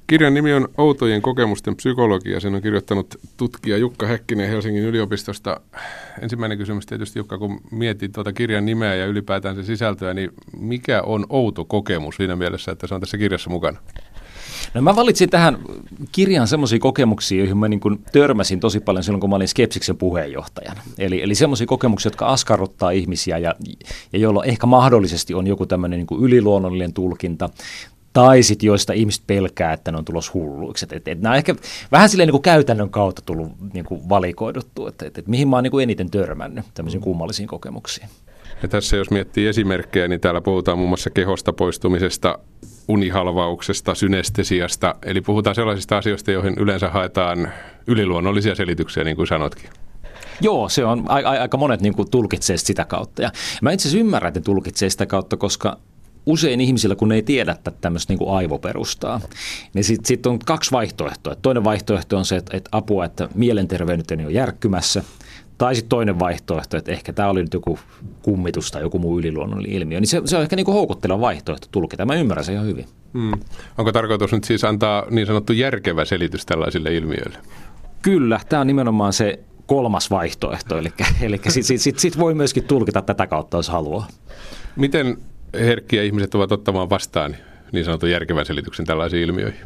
Kirjan nimi on Outojen kokemusten psykologia. Sen on kirjoittanut tutkija Jukka Häkkinen Helsingin yliopistosta. Ensimmäinen kysymys tietysti, Jukka, kun mietit tuota kirjan nimeä ja ylipäätään sen sisältöä, niin mikä on outo kokemus siinä mielessä, että se on tässä kirjassa mukana? No mä valitsin tähän kirjan semmoisia kokemuksia, joihin mä niin kuin törmäsin tosi paljon silloin, kun mä olin Skepsiksen puheenjohtajana. Eli semmoisia kokemuksia, jotka askarruttaa ihmisiä ja joilla ehkä mahdollisesti on joku tämmöinen niin kuin yliluonnollinen tulkinta, tai sitten joista ihmiset pelkää, että ne on tulossa hulluiksi. Nämä on ehkä vähän silleen niin kuin käytännön kautta tullut niin kuin valikoiduttu, että mihin mä oon niin kuin eniten törmännyt tämmöisiin kummallisiin kokemuksiin. Ja tässä jos miettii esimerkkejä, niin täällä puhutaan muun muassa kehosta poistumisesta, unihalvauksesta, synestesiasta. Eli puhutaan sellaisista asioista, joihin yleensä haetaan yliluonnollisia selityksiä, niin kuin sanotkin. Joo, se on aika monet niin kuin tulkitsee sitä kautta. Ja mä itse asiassa ymmärrän, että tulkitsee sitä kautta, koska usein ihmisillä, kun ne ei tiedä tämmöistä niin kuin aivoperustaa, niin sitten on kaksi vaihtoehtoa. Toinen vaihtoehto on se, että apua, että mielenterveyteni on järkkymässä. Tai sitten toinen vaihtoehto, että ehkä tämä oli nyt joku kummitus tai joku muu yliluonnollinen ilmiö. Niin se on ehkä niin kuin houkutteleva vaihtoehto tulkita. Mä ymmärrän sen ihan hyvin. Onko tarkoitus nyt siis antaa niin sanottu järkevä selitys tällaisille ilmiöille? Kyllä, tämä on nimenomaan se kolmas vaihtoehto. Eli sit voi myöskin tulkita tätä kautta, jos haluaa. Miten herkkiä ihmiset ovat ottamaan vastaan niin sanotun järkevän selityksen tällaisiin ilmiöihin?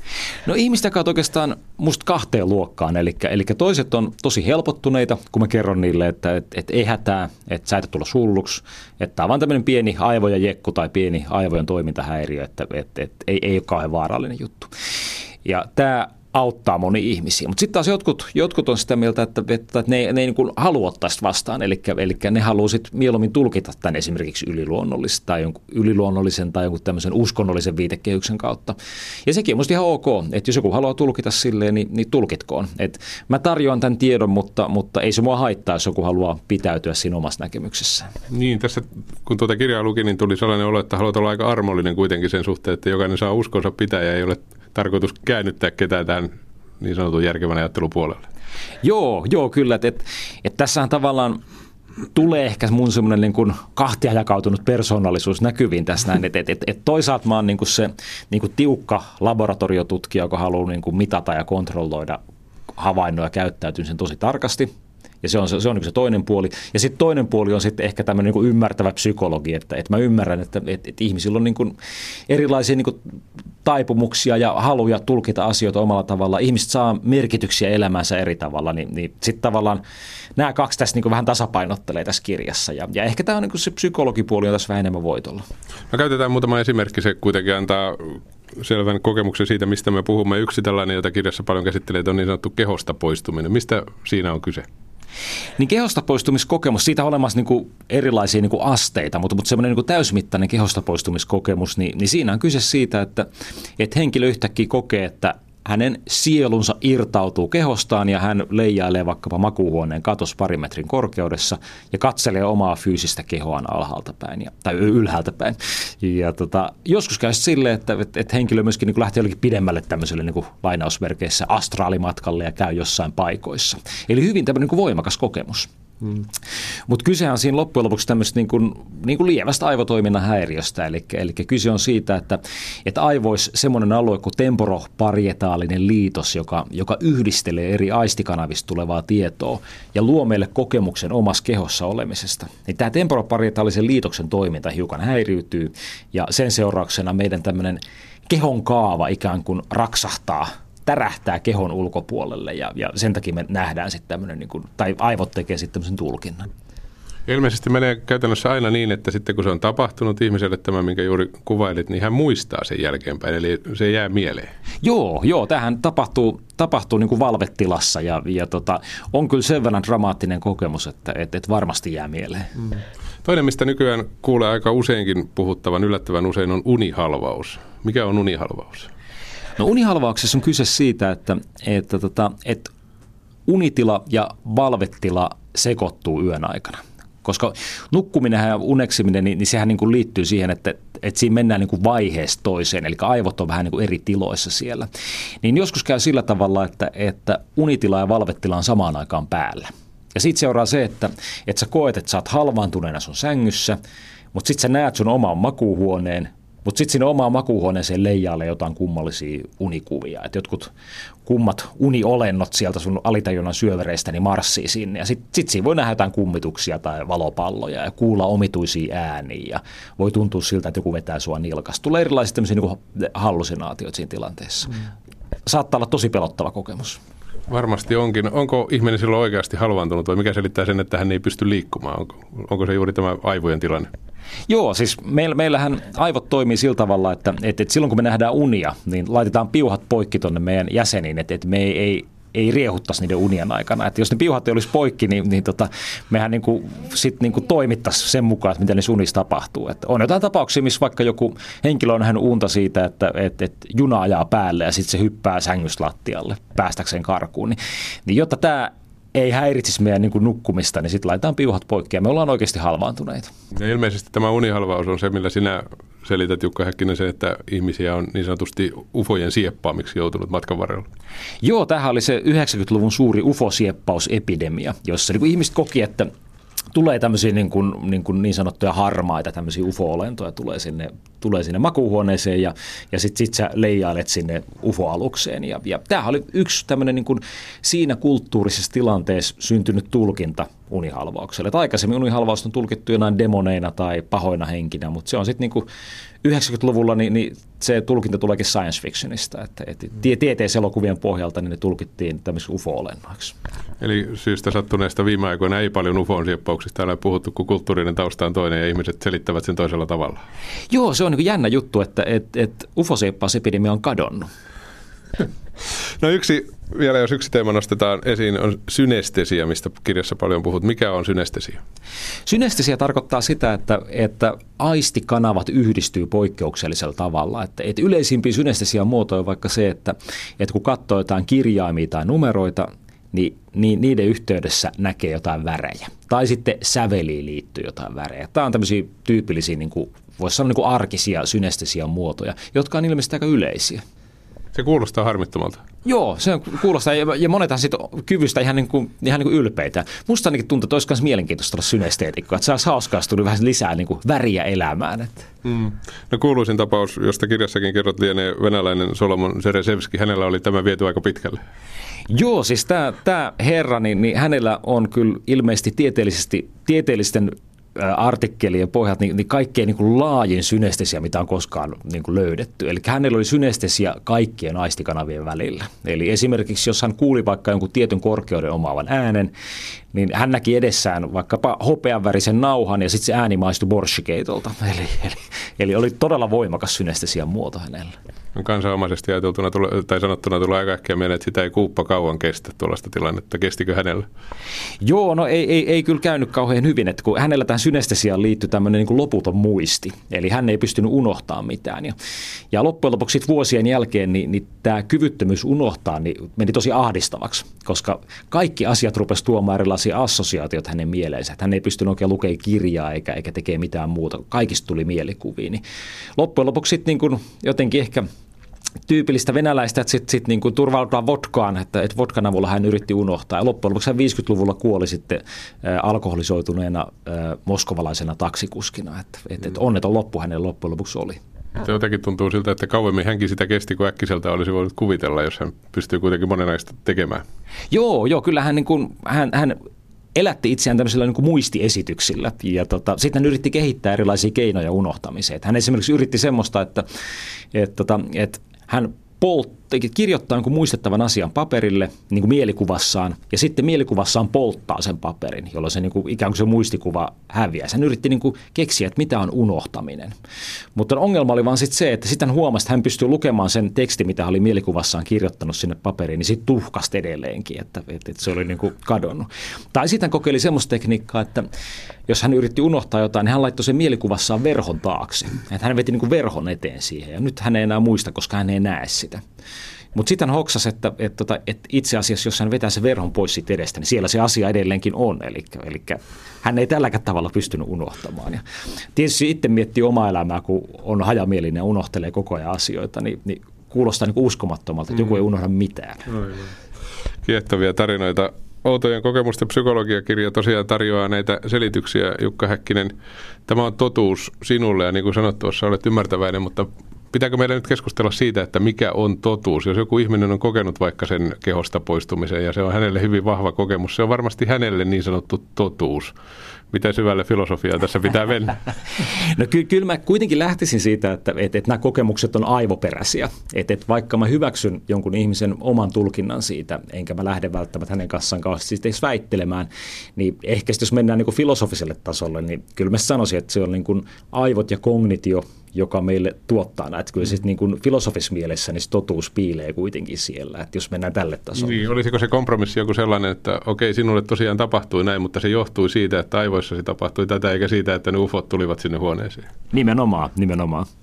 No ihmiset jakavat oikeastaan musta kahteen luokkaan, eli toiset on tosi helpottuneita, kun mä kerron niille, että ei hätää, että sä et tulla hulluksi, että tämä on vaan tämmöinen pieni aivojen jekku tai pieni aivojen toimintahäiriö, että ei ole kauhean vaarallinen juttu. Ja tämä auttaa moni ihmisiä, mutta sitten taas jotkut on sitä mieltä, että ne ei niin kuin halua ottaa sitä vastaan, eli ne haluaa sitten mieluummin tulkita tämän esimerkiksi yliluonnollisen tai jonkun tämmöisen uskonnollisen viitekehyksen kautta. Ja sekin on musta ihan ok, että jos joku haluaa tulkita silleen, niin tulkitkoon. Et mä tarjoan tämän tiedon, mutta ei se mua haittaa, jos joku haluaa pitäytyä siinä omassa näkemyksessään. Niin, tässä kun tuota kirjaa luki, niin tuli sellainen olo, että haluat olla aika armollinen kuitenkin sen suhteen, että jokainen saa uskonsa pitää ja ei ole tarkoitus käännyttää ketään tämän niin sanotun järkevän ajattelun puolelle. Joo, kyllä. Että tässähän tavallaan tulee ehkä mun semmoinen niin kuin kahtiajakautunut persoonallisuus näkyviin tässä näin. Että toisaalta mä oon niin kuin se niin kuin tiukka laboratoriotutkija, joka haluaa niin kuin mitata ja kontrolloida havainnoja ja käyttäytymisen tosi tarkasti. Ja se on niin se toinen puoli. Ja sitten toinen puoli on sitten ehkä tämmöinen niin kuin ymmärtävä psykologi, että mä ymmärrän, että ihmisillä on niin kuin erilaisia niin kuin taipumuksia ja haluja tulkita asioita omalla tavalla. Ihmiset saa merkityksiä elämänsä eri tavalla, niin sitten tavallaan nämä kaksi tässä niin kuin vähän tasapainottelee tässä kirjassa. Ja ehkä tämä on niin kuin se psykologipuoli on tässä vähän enemmän voitolla. No käytetään muutama esimerkki, se kuitenkin antaa selvän kokemuksen siitä, mistä me puhumme. Yksi tällainen, jota kirjassa paljon käsittelee, on niin sanottu kehosta poistuminen. Mistä siinä on kyse? Niin kehosta poistumiskokemus, siitä on olemassa niin kuin erilaisia niin kuin asteita, mutta semmoinen niin kuin täysmittainen kehosta poistumiskokemus, niin siinä on kyse siitä, että henkilö yhtäkkiä kokee, että hänen sielunsa irtautuu kehostaan ja hän leijailee vaikkapa makuuhuoneen katossa 2 metrin korkeudessa ja katselee omaa fyysistä kehoaan alhaalta päin tai ylhäältä päin. Ja joskus käy silleen, että henkilö myöskin niin kuin lähtee jollekin pidemmälle tämmöiselle niin kuin lainausmerkeissä astraalimatkalle ja käy jossain paikoissa. Eli hyvin tämmöinen niin kuin voimakas kokemus. Mutta kyse on siinä loppujen lopuksi tämmöistä niin kuin lievästä aivotoiminnan häiriöstä, eli kyse on siitä, että aivoissa semmoinen alue kuin temporoparietaalinen liitos, joka yhdistelee eri aistikanavista tulevaa tietoa ja luo meille kokemuksen omassa kehossa olemisesta. Niin tämä temporoparietaalisen liitoksen toiminta hiukan häiriytyy ja sen seurauksena meidän tämmöinen kehon kaava ikään kuin raksahtaa, tärähtää kehon ulkopuolelle ja sen takia me nähdään sitten tämmöinen, niin kuin, tai aivot tekee sitten tämmöisen tulkinnan. Ilmeisesti menee käytännössä aina niin, että sitten kun se on tapahtunut ihmiselle tämä, minkä juuri kuvailit, niin hän muistaa sen jälkeenpäin, eli se jää mieleen. Joo, tämähän tapahtuu niin kuin valvetilassa ja on kyllä sen verran dramaattinen kokemus, että varmasti jää mieleen. Toinen, mistä nykyään kuulee aika useinkin puhuttavan, yllättävän usein, on unihalvaus. Mikä on unihalvaus? No unihalvauksessa on kyse siitä, että unitila ja valvetila sekoittuu yön aikana. Koska nukkuminen ja uneksiminen, niin sehän niin kuin liittyy siihen, että siinä mennään niin kuin vaiheesta toiseen, eli aivot on vähän niin kuin eri tiloissa siellä. Niin joskus käy sillä tavalla, että unitila ja valvetila on samaan aikaan päällä. Ja siitä seuraa se, että sä koet, että sä oot halvaantuneena sun sängyssä, mutta sitten sä näet sun oman makuuhuoneen, Mutta sitten sinne omaan makuuhuoneeseen leijailee jotain kummallisia unikuvia. Että jotkut kummat uniolennot sieltä sun alitajunnan syövereistä niin marssii sinne. Ja sitten siinä voi nähdä jotain kummituksia tai valopalloja ja kuulla omituisia ääniä. Ja voi tuntua siltä, että joku vetää sua nilkasta. Tulee erilaisia tämmöisiä niin hallusinaatioita siinä tilanteessa. Saattaa olla tosi pelottava kokemus. Varmasti onkin. Onko ihminen silloin oikeasti halvaantunut vai mikä selittää sen, että hän ei pysty liikkumaan? Onko se juuri tämä aivojen tilanne? Joo, siis meillähän aivot toimii sillä tavalla, että silloin kun me nähdään unia, niin laitetaan piuhat poikki tuonne meidän jäseniin, että me ei riehuttaisi niiden unien aikana. Että jos ne piuhat ei olisi poikki, niin mehän sitten toimittaisiin sen mukaan, että mitä niissä unissa tapahtuu. Että on jotain tapauksia, missä vaikka joku henkilö on nähnyt unta siitä, että juna ajaa päälle ja sitten se hyppää sängystä lattialle päästäkseen karkuun. Niin jotta tämä ei häiritsisi meidän nukkumista, niin sitten laitetaan piuhat poikki ja me ollaan oikeasti halvaantuneita. Ja ilmeisesti tämä unihalvaus on se, millä sinä selität, Jukka Häkkinen, se, että ihmisiä on niin sanotusti ufojen sieppaamiksi joutunut matkan varrella. Joo, tämähän oli se 90-luvun suuri ufosieppausepidemia, jossa ihmiset koki, että tulee tämmöisiä niin sanottuja harmaita tämmöisiä ufo-olentoja, tulee sinne makuuhuoneeseen ja sit sä leijailet sinne ufo-alukseen. Ja tämähän oli yksi tämmöinen siinä kulttuurisessa tilanteessa syntynyt tulkinta unihalvaukselle. Et aikaisemmin unihalvaus on tulkittu jonain demoneina tai pahoina henkinä, mutta se on sitten 90-luvulla niin se tulkinta tuleekin science fictionista. Että tieteiselokuvien pohjalta niin ne tulkittiin tämmöisiksi ufo-olennoiksi. Eli syystä sattuneesta viime aikoina ei paljon ufon sieppauksista täällä puhuttu, kun kulttuurinen tausta on toinen ja ihmiset selittävät sen toisella tavalla. Joo, se on jännä juttu, että ufosieppausepidemia on kadonnut. No jos yksi teema nostetaan esiin, on synestesia, mistä kirjassa paljon puhut. Mikä on synestesia? Synestesia tarkoittaa sitä, että aistikanavat yhdistyy poikkeuksellisella tavalla. Että yleisimpiä synestesian muotoja on vaikka se, että kun katsoo jotain kirjaimia tai numeroita, niin niiden yhteydessä näkee jotain värejä. Tai sitten säveliin liittyy jotain värejä. Tämä on tämmöisiä tyypillisiä, voisi sanoa arkisia synestesian muotoja, jotka on ilmeisesti aika yleisiä. Se kuulostaa harmittomalta. Joo, se kuulostaa, ja monethan sitten kyvystä ihan ylpeitä. Musta ainakin tuntuu, että olisi myös mielenkiintoista olla synesteetikko, että saisi hauskaa vähän lisää väriä elämään. No kuuluisin tapaus, josta kirjassakin kerrot, lienee venäläinen Solomon Zerezevski. Hänellä oli tämä viety aika pitkälle. Joo, siis tämä herra, niin hänellä on kyllä ilmeisesti tieteellisten artikkelien pohjalta niin kaikkein laajin synestesia, mitä on koskaan löydetty. Eli hänellä oli synestesia kaikkien aistikanavien välillä. Eli esimerkiksi, jos hän kuuli vaikka jonkun tietyn korkeuden omaavan äänen, niin hän näki edessään vaikkapa hopeanvärisen nauhan ja sitten se ääni maistui borshikeitolta. Eli oli todella voimakas synestesian muoto hänellä. Kansanomaisesti ajateltuna tai sanottuna tulee aika äkkiä mieleen, että sitä ei kuuppa kauan kestä tuollaista tilannetta. Kestikö hänellä? Joo, no ei kyllä käynyt kauhean hyvin, että kun hänellä tähän synestesiaan liittyi tämmöinen loputon muisti, eli hän ei pystynyt unohtamaan mitään. Ja loppujen lopuksi vuosien jälkeen niin tämä kyvyttömyys unohtaa niin meni tosi ahdistavaksi, koska kaikki asiat rupesi tuomaan erilaisia assosiaatioita hänen mieleensä. Että hän ei pystynyt oikein lukemaan kirjaa eikä tekee mitään muuta. Kaikista tuli mielikuvia. Niin loppujen lopuksi sitten jotenkin ehkä tyypillistä venäläistä, että sitten turvaudutaan vodkaan, että vodkan avulla hän yritti unohtaa. Ja loppujen lopuksi hän 50-luvulla kuoli sitten alkoholisoituneena moskovalaisena taksikuskina. Että onneton loppu hänelle loppujen lopuksi oli. Se jotenkin tuntuu siltä, että kauemmin hänkin sitä kesti, kuin äkkiseltä olisi voinut kuvitella, jos hän pystyy kuitenkin monenaista tekemään. Joo, kyllä hän elätti itseään tämmöisillä muistiesityksillä ja sitten hän yritti kehittää erilaisia keinoja unohtamiseen. Hän esimerkiksi yritti semmoista, että hän kirjoittaa jonkun muistettavan asian paperille niin kuin mielikuvassaan ja sitten mielikuvassaan polttaa sen paperin, jolloin se ikään kuin se muistikuva häviää. Hän yritti keksiä, että mitä on unohtaminen. Mutta ongelma oli vaan sitten se, että sitten hän huomasi, että hän pystyi lukemaan sen tekstin, mitä hän oli mielikuvassaan kirjoittanut sinne paperiin, niin sitten tuhkasti edelleenkin, että se oli kadonnut. Tai sitten hän kokeili semmoista tekniikkaa, että jos hän yritti unohtaa jotain, niin hän laittoi sen mielikuvassaan verhon taakse. Että hän veti verhon eteen siihen ja nyt hän ei enää muista, koska hän ei näe sitä. Mutta sitten hän hoksasi, että itse asiassa, jos hän vetää se verhon pois siitä edestä, niin siellä se asia edelleenkin on. Eli hän ei tälläkään tavalla pystynyt unohtamaan. Ja tietysti itse miettii omaa elämää, kun on hajamielinen ja unohtelee koko ajan asioita, niin kuulostaa uskomattomalta, että joku ei unohda mitään. Kiehtovia tarinoita. Outojen kokemusten psykologiakirja tosiaan tarjoaa näitä selityksiä, Jukka Häkkinen. Tämä on totuus sinulle ja niin kuin sanot tuossa, olet ymmärtäväinen, mutta pitääkö meidän nyt keskustella siitä, että mikä on totuus? Jos joku ihminen on kokenut vaikka sen kehosta poistumisen ja se on hänelle hyvin vahva kokemus, se on varmasti hänelle niin sanottu totuus. Mitä syvälle filosofiaa tässä pitää mennä? No kyllä mä kuitenkin lähtisin siitä, että nämä kokemukset on aivoperäisiä. Että vaikka mä hyväksyn jonkun ihmisen oman tulkinnan siitä, enkä mä lähde välttämättä hänen kanssaan kauheasti edes väittelemään, niin ehkä jos mennään niin kuin filosofiselle tasolle, niin kyllä mä sanoisin, että se on niin kuin aivot ja kognitio, joka meille tuottaa näitä. Kyllä sitten niin kuin filosofisessa mielessä niin totuus piilee kuitenkin siellä, että jos mennään tälle tasolle. Niin, olisiko se kompromissi joku sellainen, että okei, sinulle tosiaan tapahtui näin, mutta se johtui siitä, että aivoissasi tapahtui tätä, eikä siitä, että ne ufot tulivat sinne huoneeseen? Nimenomaan.